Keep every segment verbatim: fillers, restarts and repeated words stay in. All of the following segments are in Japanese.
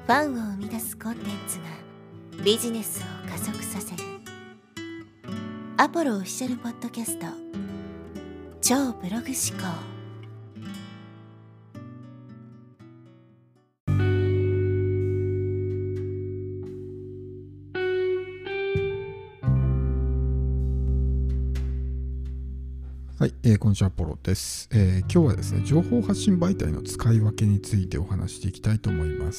ファンを生み出すコンテンツがビジネスを加速させるアポロオフィシャルポッドキャスト超ブログ思考。 はい、えー、こんにちは、ポロです、えー。今日はですね、情報発信媒体の使い分けについてお話していきたいと思います。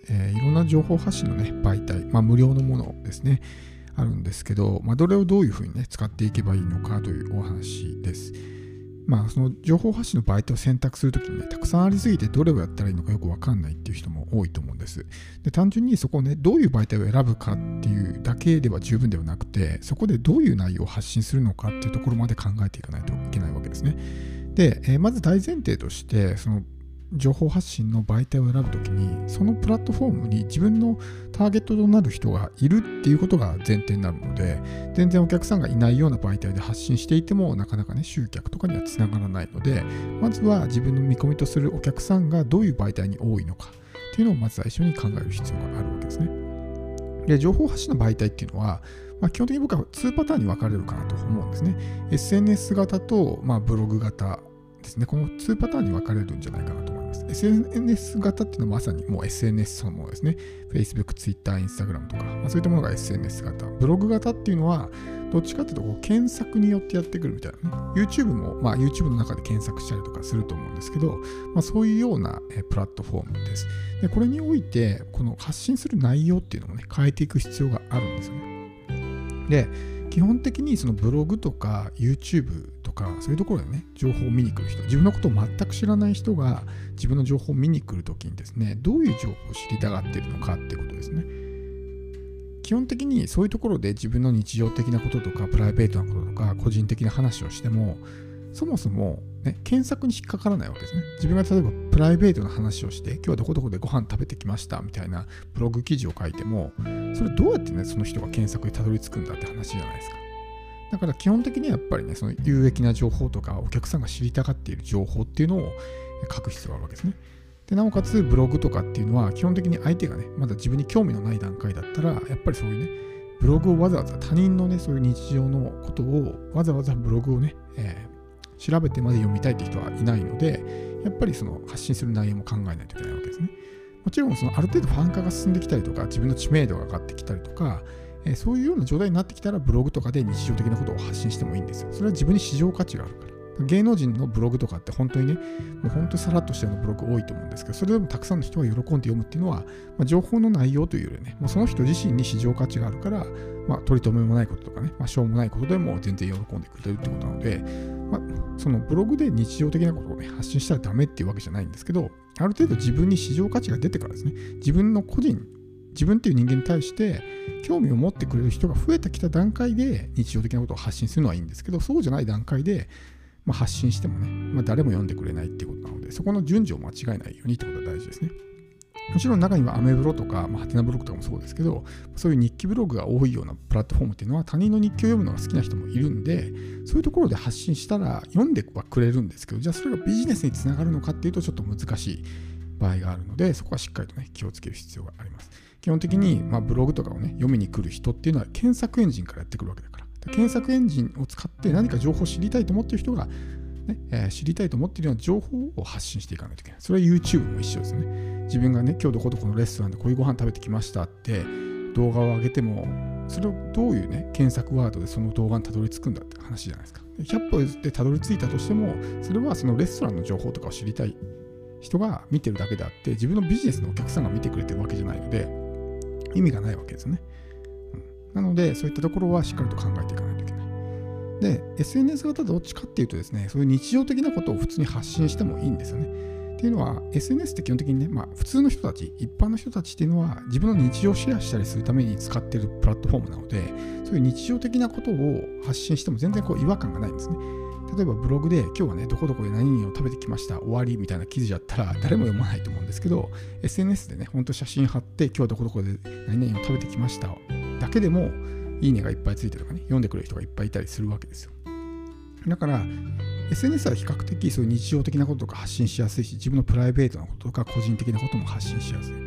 えー、いろんな情報発信のね、媒体、まあ無料のものですね、あるんですけど、まあどれをどういうふうにね、使っていけばいいのかというお話です。まあその情報発信の媒体を選択するときにね、たくさんありすぎてどれをやったらいいのかよくわかんないっていう人も多いと思うんです。で、単純にそこをね、どういう媒体を選ぶかっていうだけでは十分ではなくて、そこでどういう内容を発信するのかっていうところまで考えていかないといけないわけですね。で、えー、まず大前提として、その情報発信の媒体を選ぶときに、そのプラットフォームに自分のターゲットとなる人がいるっていうことが前提になるので、全然お客さんがいないような媒体で発信していても、なかなかね、集客とかにはつながらないので、まずは自分の見込みとするお客さんがどういう媒体に多いのかっていうのをまず最初に考える必要があるわけですね。で、情報発信の媒体っていうのは、まあ、基本的に僕はにパターンに分かれるかなと思うんですね。エスエヌエス 型と、まあ、ブログ型ですね。このにパターンに分かれるんじゃないかなと思います。エスエヌエス 型っていうのはまさにもう エスエヌエス そのものですね。Facebook、Twitter、Instagram とか、まあ、そういったものが エスエヌエス 型。ブログ型っていうのは、どっちかっていうとこう検索によってやってくるみたいなね。YouTube も、まあ、YouTube の中で検索したりとかすると思うんですけど、まあ、そういうようなプラットフォームです。で、これにおいて、この発信する内容っていうのをね、変えていく必要があるんですよね。で、基本的にそのブログとか YouTube とかそういうところでね、情報を見に来る人、自分のことを全く知らない人が自分の情報を見に来るときにですね、どういう情報を知りたがっているのかっていうことですね。基本的にそういうところで自分の日常的なこととかプライベートなこととか個人的な話をしても、そもそも、ね、検索に引っかからないわけですね。自分が例えばプライベートな話をして、今日はどこどこでご飯食べてきましたみたいなブログ記事を書いても、それどうやってね、その人が検索にたどり着くんだって話じゃないですか。だから基本的にはやっぱりね、その有益な情報とかお客さんが知りたがっている情報っていうのを書く必要があるわけですね。で、なおかつブログとかっていうのは基本的に相手がね、まだ自分に興味のない段階だったら、やっぱりそういうね、ブログをわざわざ他人のね、そういう日常のことをわざわざブログをね、えー調べてまで読みたいって人はいないので、やっぱりその発信する内容も考えないといけないわけですね。もちろんそのある程度ファン化が進んできたりとか、自分の知名度が上がってきたりとか、えー、そういうような状態になってきたらブログとかで日常的なことを発信してもいいんですよ。それは自分に市場価値があるから。芸能人のブログとかって本当にね、もう本当にさらっとしたようなブログ多いと思うんですけど、それでもたくさんの人が喜んで読むっていうのは、まあ、情報の内容というよりね、もうその人自身に市場価値があるから、まあ、取り留めもないこととかね、まあ、しょうもないことでも全然喜んでくれるってことなので、まあ、そのブログで日常的なことをね、発信したらダメっていうわけじゃないんですけど、ある程度自分に市場価値が出てからですね、自分の個人、自分っていう人間に対して興味を持ってくれる人が増えてきた段階で日常的なことを発信するのはいいんですけど、そうじゃない段階でまあ、発信してもね、まあ、誰も読んでくれないっていうことなので、そこの順序を間違えないようにってことが大事ですね。もちろん中にはアメブロとか、まあ、ハテナブログとかもそうですけど、そういう日記ブログが多いようなプラットフォームっていうのは他人の日記を読むのが好きな人もいるんで、そういうところで発信したら読んではくれるんですけど、じゃあそれがビジネスにつながるのかっていうとちょっと難しい場合があるので、そこはしっかりとね、気をつける必要があります。基本的に、まあ、ブログとかをね、読みに来る人っていうのは検索エンジンからやってくるわけだから、検索エンジンを使って何か情報を知りたいと思っている人がねえー、知りたいと思っているような情報を発信していかないといけない。それは YouTube も一緒ですね。自分がね、今日どこどこのレストランでこういうご飯食べてきましたって動画を上げても、それをどういうね、検索ワードでその動画にたどり着くんだって話じゃないですか。ひゃっぽでたどり着いたとしても、それはそのレストランの情報とかを知りたい人が見てるだけであって、自分のビジネスのお客さんが見てくれてるわけじゃないので、意味がないわけですよね。うん、なので、そういったところはしっかりと考えていかないといけない。で、エスエヌエス 型どっちかっていうとですね、そういう日常的なことを普通に発信してもいいんですよね。っていうのは、エスエヌエス って基本的にね、まあ、普通の人たち、一般の人たちっていうのは、自分の日常をシェアしたりするために使っているプラットフォームなので、そういう日常的なことを発信しても全然こう違和感がないんですね。例えばブログで、今日はね、どこどこで何々を食べてきました、終わりみたいな記事だったら、誰も読まないと思うんですけど、エスエヌエス でね、ほんと写真貼って、今日はどこどこで何々を食べてきましただけでも、いいねがいっぱいついてるとかね、読んでくれる人がいっぱいいたりするわけですよ。だから エスエヌエス は比較的そういう日常的なこととか発信しやすいし、自分のプライベートなこととか個人的なことも発信しやすい。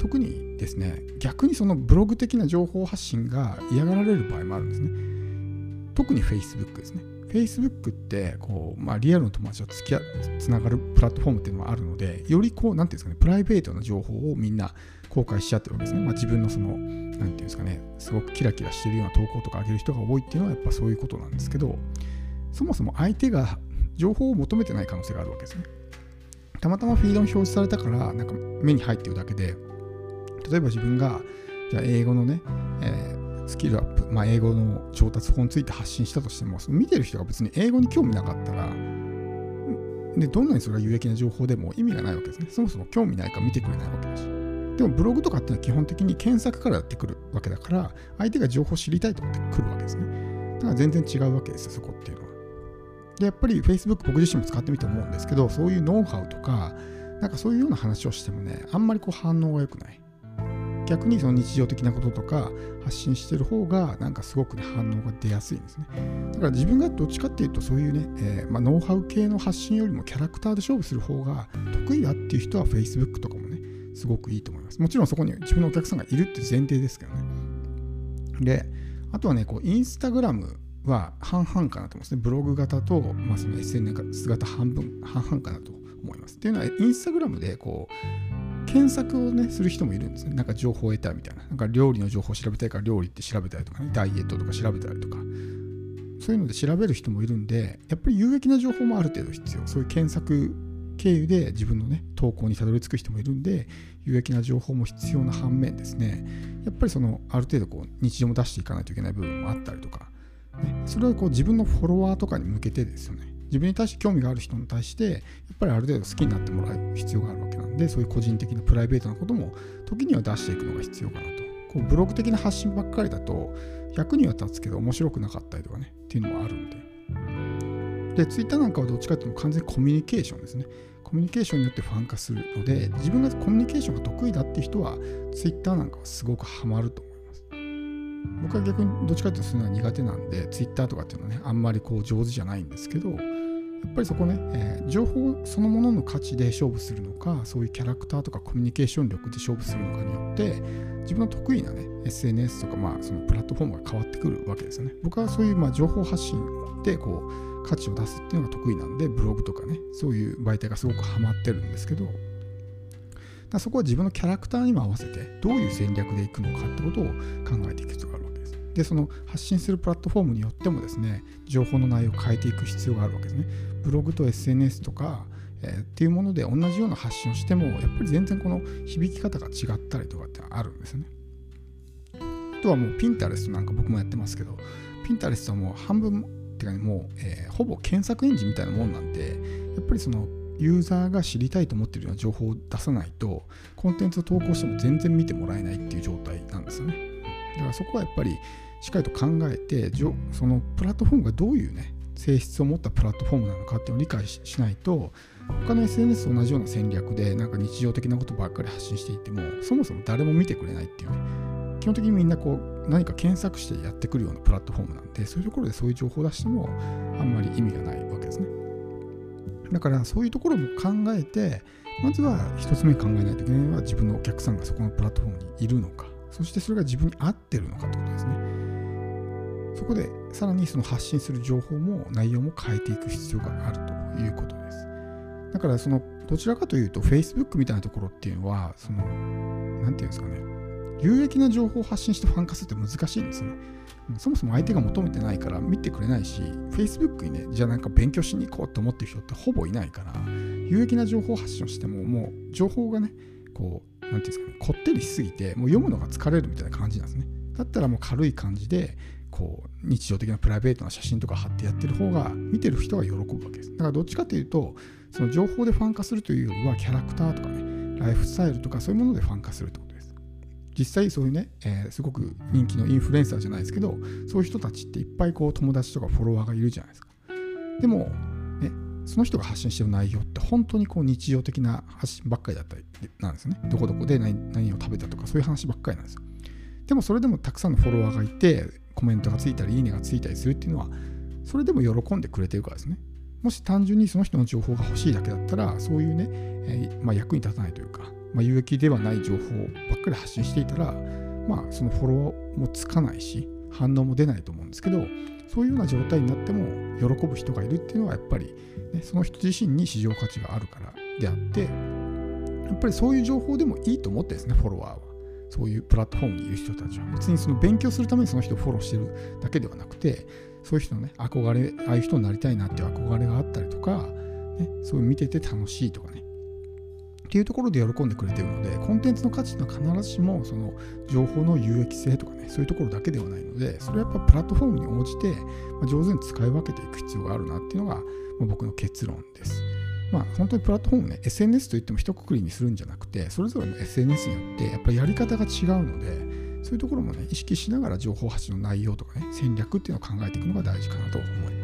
特にですね、逆にそのブログ的な情報発信が嫌がられる場合もあるんですね。特に Facebook ですね。Facebook ってこう、まあ、リアルの友達と付き合つながるプラットフォームっていうのがあるので、よりこうなんていうんですかね、プライベートな情報をみんな公開しちゃってるわけですね。まあ、自分のそのなんていうんですかね、すごくキラキラしてるような投稿とか上げる人が多いっていうのはやっぱそういうことなんですけど、そもそも相手が情報を求めてない可能性があるわけですね。たまたまフィードに表示されたからなんか目に入ってるだけで、例えば自分がじゃあ英語のね、えー、スキルアップ、まあ、英語の調達法について発信したとしても、その見てる人が別に英語に興味なかったら、でどんなにそれが有益な情報でも意味がないわけですね。そもそも興味ないから見てくれないわけだし。でもブログとかってのは基本的に検索からやってくるわけだから、相手が情報を知りたいと思ってくるわけですね。だから全然違うわけですよ、そこっていうのは。でやっぱり Facebook 僕自身も使ってみて思うんですけど、そういうノウハウとかなんかそういうような話をしてもね、あんまりこう反応が良くない。逆にその日常的なこととか発信してる方がなんかすごく、ね、反応が出やすいんですね。だから自分がどっちかっていうとそういうね、えーまあ、ノウハウ系の発信よりもキャラクターで勝負する方が得意だっていう人は Facebook とかもねすごくいいと思います。もちろんそこに自分のお客さんがいるっていう前提ですけどね。であとはね、こうインスタグラムは半々かなと思いますね。ブログ型と、まあ、その エスエヌエス 型半分半々かなと思います。っていうのはインスタグラムでこう検索をねする人もいるんですね。なんか情報を得たいみたいな。なんか料理の情報を調べたいから料理って調べたりとかね、ダイエットとか調べたりとか、そういうので調べる人もいるんで、やっぱり有益な情報もある程度必要。そういう検索経由で自分のね投稿にたどり着く人もいるんで、有益な情報も必要な反面ですね、やっぱりそのある程度こう日常も出していかないといけない部分もあったりとか、ね、それはこう自分のフォロワーとかに向けてですよね。自分に対して興味がある人に対してやっぱりある程度好きになってもらう必要があるわけなんで、そういう個人的なプライベートなことも時には出していくのが必要かなと。こうブログ的な発信ばっかりだとひゃくには立つけど面白くなかったりとかねっていうのもあるんで。で、ツイッターなんかはどっちかというと完全にコミュニケーションですね。コミュニケーションによってファン化するので、自分がコミュニケーションが得意だっていう人はツイッターなんかはすごくハマると思います。僕は逆にどっちかというとそういうのは苦手なんで、ツイッターとかっていうのはねあんまりこう上手じゃないんですけど、やっぱりそこね、えー、情報そのものの価値で勝負するのか、そういうキャラクターとかコミュニケーション力で勝負するのかによって自分の得意なね エスエヌエス とか、まあそのプラットフォームが変わってくるわけですよね。僕はそういうまあ情報発信でこう価値を出すっていうのが得意なんで、ブログとかねそういう媒体がすごくハマってるんですけど、だそこは自分のキャラクターにも合わせてどういう戦略でいくのかってことを考えていく必要があるわけです。で、その発信するプラットフォームによってもですね、情報の内容を変えていく必要があるわけですね。ブログと エスエヌエス とか、えー、っていうもので同じような発信をしてもやっぱり全然この響き方が違ったりとかってあるんですよね。あとはもうピンタレストなんか僕もやってますけど、ピンタレストはもう半分っていうか、ね、もう、えー、ほぼ検索エンジンみたいなもんなんで、やっぱりそのユーザーが知りたいと思っているような情報を出さないとコンテンツを投稿しても全然見てもらえないっていう状態なんですよね。だからそこはやっぱりしっかりと考えて、そのプラットフォームがどういうね性質を持ったプラットフォームなのかっていうのを理解 し, しないと、他の エスエヌエス と同じような戦略でなんか日常的なことばっかり発信していてもそもそも誰も見てくれないっていうね、基本的にみんなこう何か検索してやってくるようなプラットフォームなんで、そういうところでそういう情報を出してもあんまり意味がないわけですね。だからそういうところも考えて、まずは一つ目考えないといけないのは自分のお客さんがそこのプラットフォームにいるのか、そしてそれが自分に合ってるのかってことですね。そこでさらにその発信する情報も内容も変えていく必要があるということです。だからそのどちらかというと Facebook みたいなところっていうのは、そのなんていうんですかね、有益な情報を発信してファン化するって難しいんですね。そもそも相手が求めてないから見てくれないし、 Facebook にねじゃあなんか勉強しに行こうと思ってる人ってほぼいないから、有益な情報発信をしてももう情報がねこうなんていうんですかね、こってりしすぎてもう読むのが疲れるみたいな感じなんですね。だったらもう軽い感じでこう日常的なプライベートな写真とか貼ってやってる方が見てる人が喜ぶわけです。だからどっちかというとその情報でファン化するというよりはキャラクターとかねライフスタイルとかそういうものでファン化するってことです。実際そういうね、えー、すごく人気のインフルエンサーじゃないですけど、そういう人たちっていっぱいこう友達とかフォロワーがいるじゃないですか。でもね、その人が発信してる内容って本当にこう日常的な発信ばっかりだったりなんですね。どこどこで 何, 何を食べたとかそういう話ばっかりなんですよ。でもそれでもたくさんのフォロワーがいてコメントがついたりいいねがついたりするっていうのはそれでも喜んでくれてるからですね。もし単純にその人の情報が欲しいだけだったらそういうね、えーまあ、役に立たないというかまあ、有益ではない情報ばっかり発信していたら、まあ、そのフォローもつかないし反応も出ないと思うんですけど、そういうような状態になっても喜ぶ人がいるっていうのはやっぱり、ね、その人自身に市場価値があるからであって、やっぱりそういう情報でもいいと思ってですね、フォロワーは。そういうプラットフォームにいる人たちは別にその勉強するためにその人をフォローしてるだけではなくて、そういう人のね、憧れ、ああいう人になりたいなっていう憧れがあったりとか、ね、そういう見てて楽しいとかね、っていうところで喜んでくれてるので、コンテンツの価値っていうのは必ずしもその情報の有益性とかね、そういうところだけではないので、それはやっぱプラットフォームに応じて上手に使い分けていく必要があるなっていうのが僕の結論です。まあ本当にプラットフォームね、エスエヌエス といっても一括りにするんじゃなくて、それぞれの エスエヌエス によってやっぱりやり方が違うので、そういうところもね、意識しながら情報発信の内容とかね、戦略っていうのを考えていくのが大事かなと思います。